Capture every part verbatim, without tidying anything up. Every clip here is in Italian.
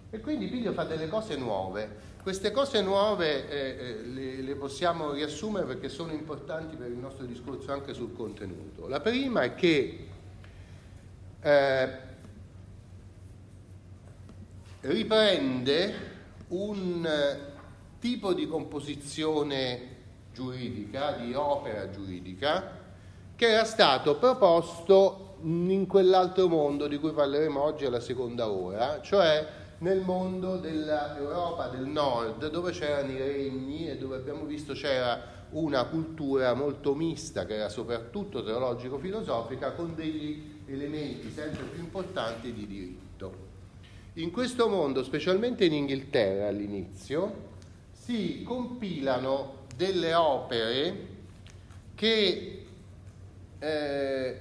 E quindi Piglio fa delle cose nuove. Queste cose nuove eh, le, le possiamo riassumere perché sono importanti per il nostro discorso anche sul contenuto. La prima è che eh, riprende un tipo di composizione giuridica, di opera giuridica, che era stato proposto in quell'altro mondo di cui parleremo oggi alla seconda ora, cioè nel mondo dell'Europa del Nord, dove c'erano i regni e dove abbiamo visto c'era una cultura molto mista, che era soprattutto teologico-filosofica, con degli elementi sempre più importanti di diritto. In questo mondo, specialmente in Inghilterra all'inizio, si compilano delle opere che eh,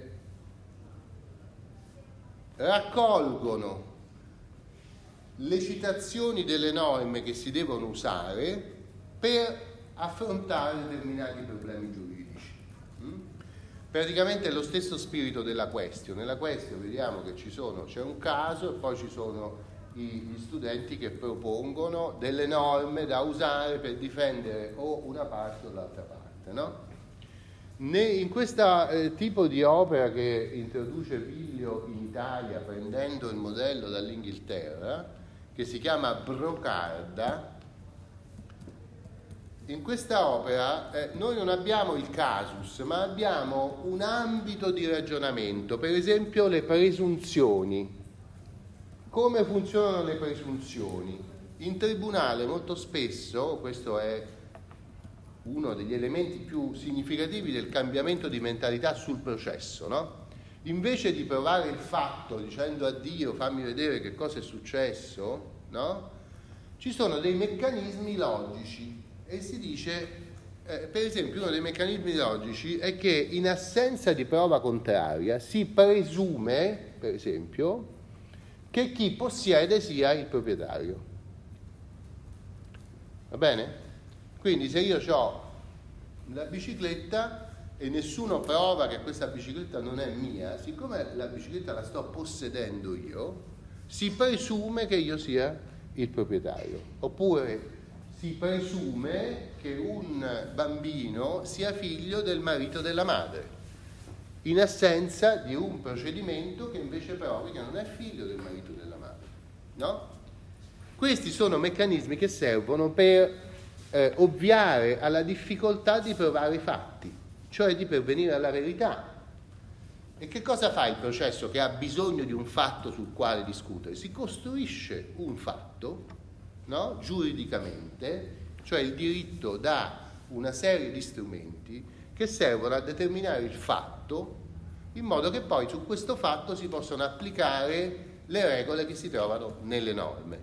raccolgono le citazioni delle norme che si devono usare per affrontare determinati problemi giuridici. Mm? Praticamente è lo stesso spirito della question. Nella question vediamo che ci sono, c'è un caso e poi ci sono gli studenti che propongono delle norme da usare per difendere o una parte o l'altra parte, no? In questo eh, tipo di opera che introduce Piglio in Italia prendendo il modello dall'Inghilterra, che si chiama Brocarda, in questa opera eh, noi non abbiamo il casus, ma abbiamo un ambito di ragionamento, per esempio le presunzioni. Come funzionano le presunzioni? In tribunale molto spesso, questo è uno degli elementi più significativi del cambiamento di mentalità sul processo, no? Invece di provare il fatto dicendo a Dio fammi vedere che cosa è successo, no? Ci sono dei meccanismi logici e si dice, eh, per esempio uno dei meccanismi logici è che in assenza di prova contraria si presume, per esempio, che chi possiede sia il proprietario. Va bene? Quindi se io ho la bicicletta e nessuno prova che questa bicicletta non è mia, siccome la bicicletta la sto possedendo io, si presume che io sia il proprietario. Oppure si presume che un bambino sia figlio del marito della madre, in assenza di un procedimento che invece provi che non è figlio del marito della madre, no? Questi sono meccanismi che servono per eh, ovviare alla difficoltà di provare i fatti, cioè di pervenire alla verità. E che cosa fa il processo che ha bisogno di un fatto sul quale discutere? Si costruisce un fatto, no? Giuridicamente, cioè il diritto dà una serie di strumenti che servono a determinare il fatto in modo che poi su questo fatto si possano applicare le regole che si trovano nelle norme.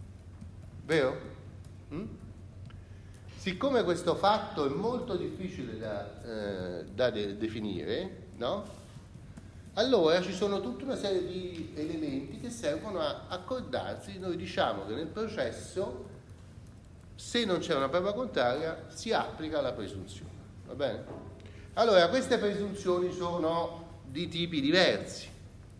Vero? Mm? Siccome questo fatto è molto difficile da, eh, da de- definire, no? Allora ci sono tutta una serie di elementi che servono a accordarsi. Noi diciamo che nel processo, se non c'è una prova contraria, si applica la presunzione. Va bene? Allora, queste presunzioni sono di tipi diversi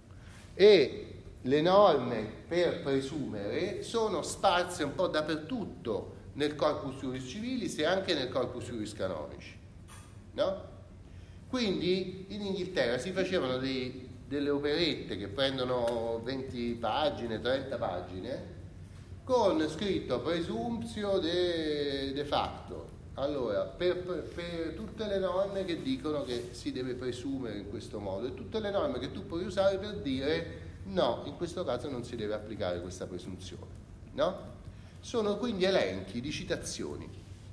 e le norme per presumere sono sparse un po' dappertutto nel corpus juris civilis e anche nel corpus juris canonici, no? Quindi in Inghilterra si facevano dei, delle operette che prendono venti pagine, trenta pagine, con scritto presumptio de, de facto. Allora, per, per, per tutte le norme che dicono che si deve presumere in questo modo e tutte le norme che tu puoi usare per dire no, in questo caso non si deve applicare questa presunzione, no? Sono quindi elenchi di citazioni,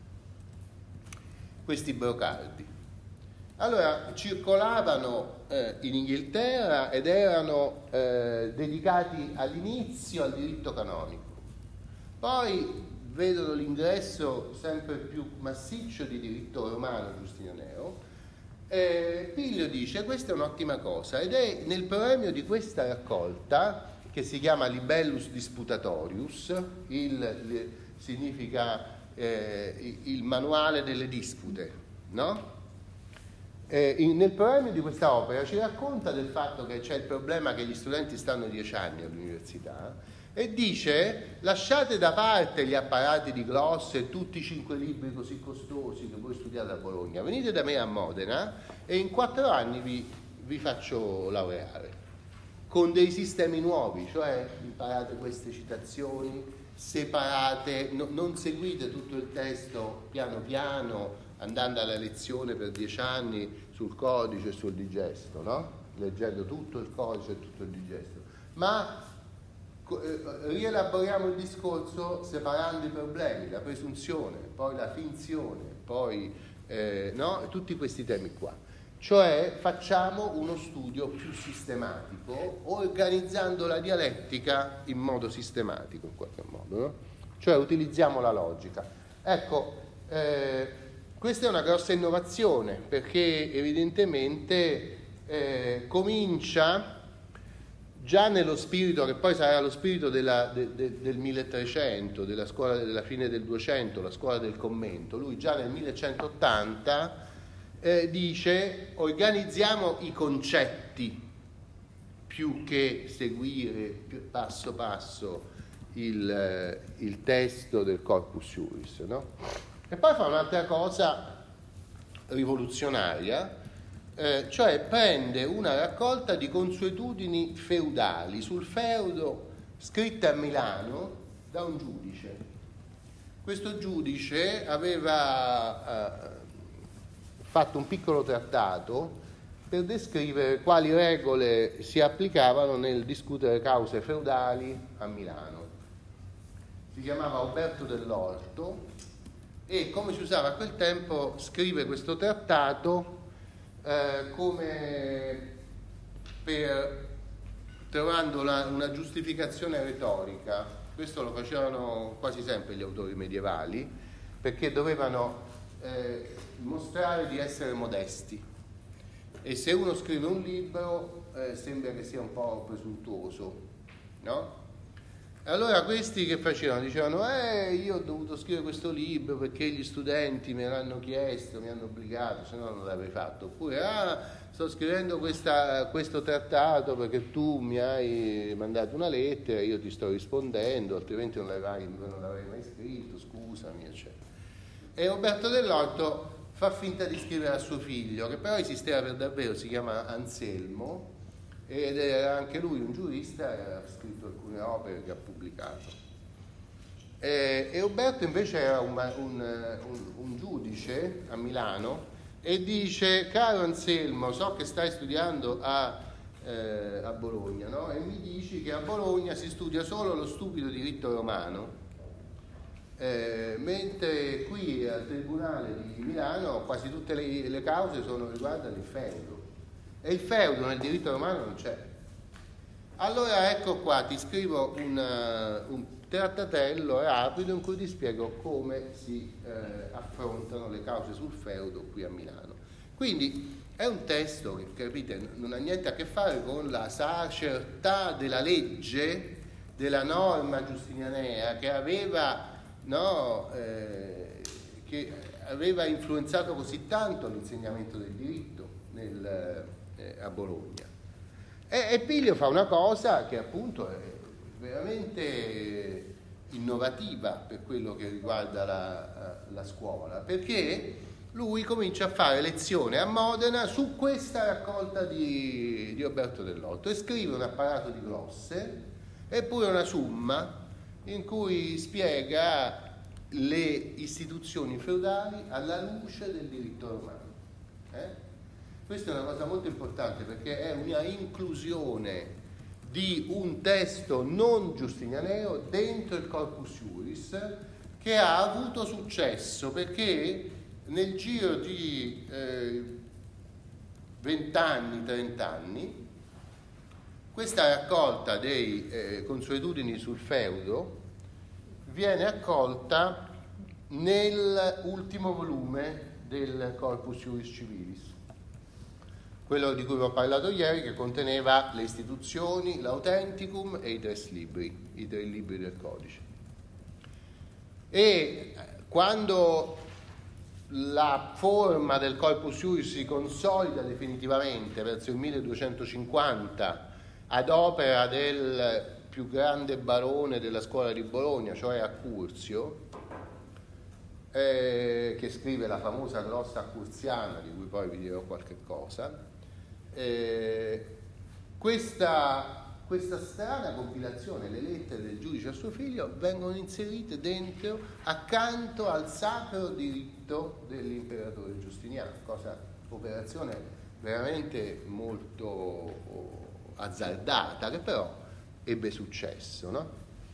questi brocardi. Allora, circolavano eh, in Inghilterra ed erano eh, dedicati all'inizio al diritto canonico. Poi vedono l'ingresso sempre più massiccio di diritto romano giustinioneo. Eh, Piglio dice questa è un'ottima cosa ed è nel proemio di questa raccolta, che si chiama Libellus Disputatorius, il, il, significa eh, il manuale delle dispute, no? Eh, in, nel proemio di questa opera ci racconta del fatto che c'è il problema che gli studenti stanno dieci anni all'università e dice: lasciate da parte gli apparati di glosse e tutti i cinque libri così costosi che voi studiate a Bologna, venite da me a Modena e in quattro anni vi, vi faccio laureare con dei sistemi nuovi, cioè imparate queste citazioni, separate, no, non seguite tutto il testo piano piano andando alla lezione per dieci anni sul codice e sul digesto, no? Leggendo tutto il codice e tutto il digesto, ma eh, rielaboriamo il discorso separando i problemi, la presunzione, poi la finzione, poi eh, no? tutti questi temi qua. Cioè facciamo uno studio più sistematico, organizzando la dialettica in modo sistematico, in qualche modo, no? Cioè utilizziamo la logica. Ecco, eh, questa è una grossa innovazione, perché evidentemente eh, comincia già nello spirito, che poi sarà lo spirito della, de, de, del milletrecento, della scuola della fine del duecento, la scuola del commento. Lui già nel millecentottanta eh, dice: organizziamo i concetti più che seguire più, passo passo il, il testo del Corpus Juris, no? E poi fa un'altra cosa rivoluzionaria, eh, cioè prende una raccolta di consuetudini feudali sul feudo scritte a Milano da un giudice. Questo giudice aveva eh, fatto un piccolo trattato per descrivere quali regole si applicavano nel discutere cause feudali a Milano. Si chiamava Uberto dell'Orto e, come si usava a quel tempo, scrive questo trattato eh, come per trovando una, una giustificazione retorica. Questo lo facevano quasi sempre gli autori medievali, perché dovevano eh, mostrare di essere modesti, e se uno scrive un libro eh, sembra che sia un po' presuntuoso, no? Allora questi che facevano? Dicevano: eh, io ho dovuto scrivere questo libro perché gli studenti me l'hanno chiesto, mi hanno obbligato, se no non l'avrei fatto. Oppure: ah, sto scrivendo questa, questo trattato perché tu mi hai mandato una lettera, io ti sto rispondendo, altrimenti non l'avrei, non l'avrei mai scritto, scusami, eccetera. E Uberto dell'Orto fa finta di scrivere a suo figlio, che però esisteva per davvero, si chiama Anselmo, ed era anche lui un giurista, e ha scritto alcune opere che ha pubblicato. E, e Uberto invece era un, un, un, un giudice a Milano, e dice: caro Anselmo, so che stai studiando a, eh, a Bologna, no? E mi dici che a Bologna si studia solo lo stupido diritto romano, Eh, mentre qui al Tribunale di Milano quasi tutte le, le cause sono, riguardano il feudo, e il feudo nel diritto romano non c'è. Allora ecco qua, ti scrivo una, un trattatello rapido in cui ti spiego come si eh, affrontano le cause sul feudo qui a Milano. Quindi è un testo che, capite, non ha niente a che fare con la sacertà della legge, della norma giustinianea, che aveva No, eh, che aveva influenzato così tanto l'insegnamento del diritto nel, eh, a Bologna. E, e Piglio fa una cosa che appunto è veramente innovativa per quello che riguarda la, la scuola, perché lui comincia a fare lezione a Modena su questa raccolta di, di Uberto dell'Orto e scrive un apparato di glosse e pure una summa in cui spiega le istituzioni feudali alla luce del diritto romano. Eh? Questa è una cosa molto importante, perché è una inclusione di un testo non giustinianeo dentro il Corpus Juris, che ha avuto successo, perché nel giro di vent'anni, eh, trent'anni, questa raccolta dei eh, consuetudini sul feudo viene accolta nell'ultimo volume del Corpus Juris Civilis, quello di cui vi ho parlato ieri, che conteneva le istituzioni, l'Authenticum e i tre libri, i tre libri del codice. E quando la forma del Corpus Juris si consolida definitivamente verso il milleduecentocinquanta, ad opera del più grande barone della scuola di Bologna, cioè Accurzio, eh, che scrive la famosa glossa accurziana, di cui poi vi dirò qualche cosa. Eh, questa Questa strana compilazione, le lettere del giudice a suo figlio, vengono inserite dentro accanto al sacro diritto dell'imperatore Giustiniano, cosa, operazione veramente molto azzardata, che però ebbe successo, no?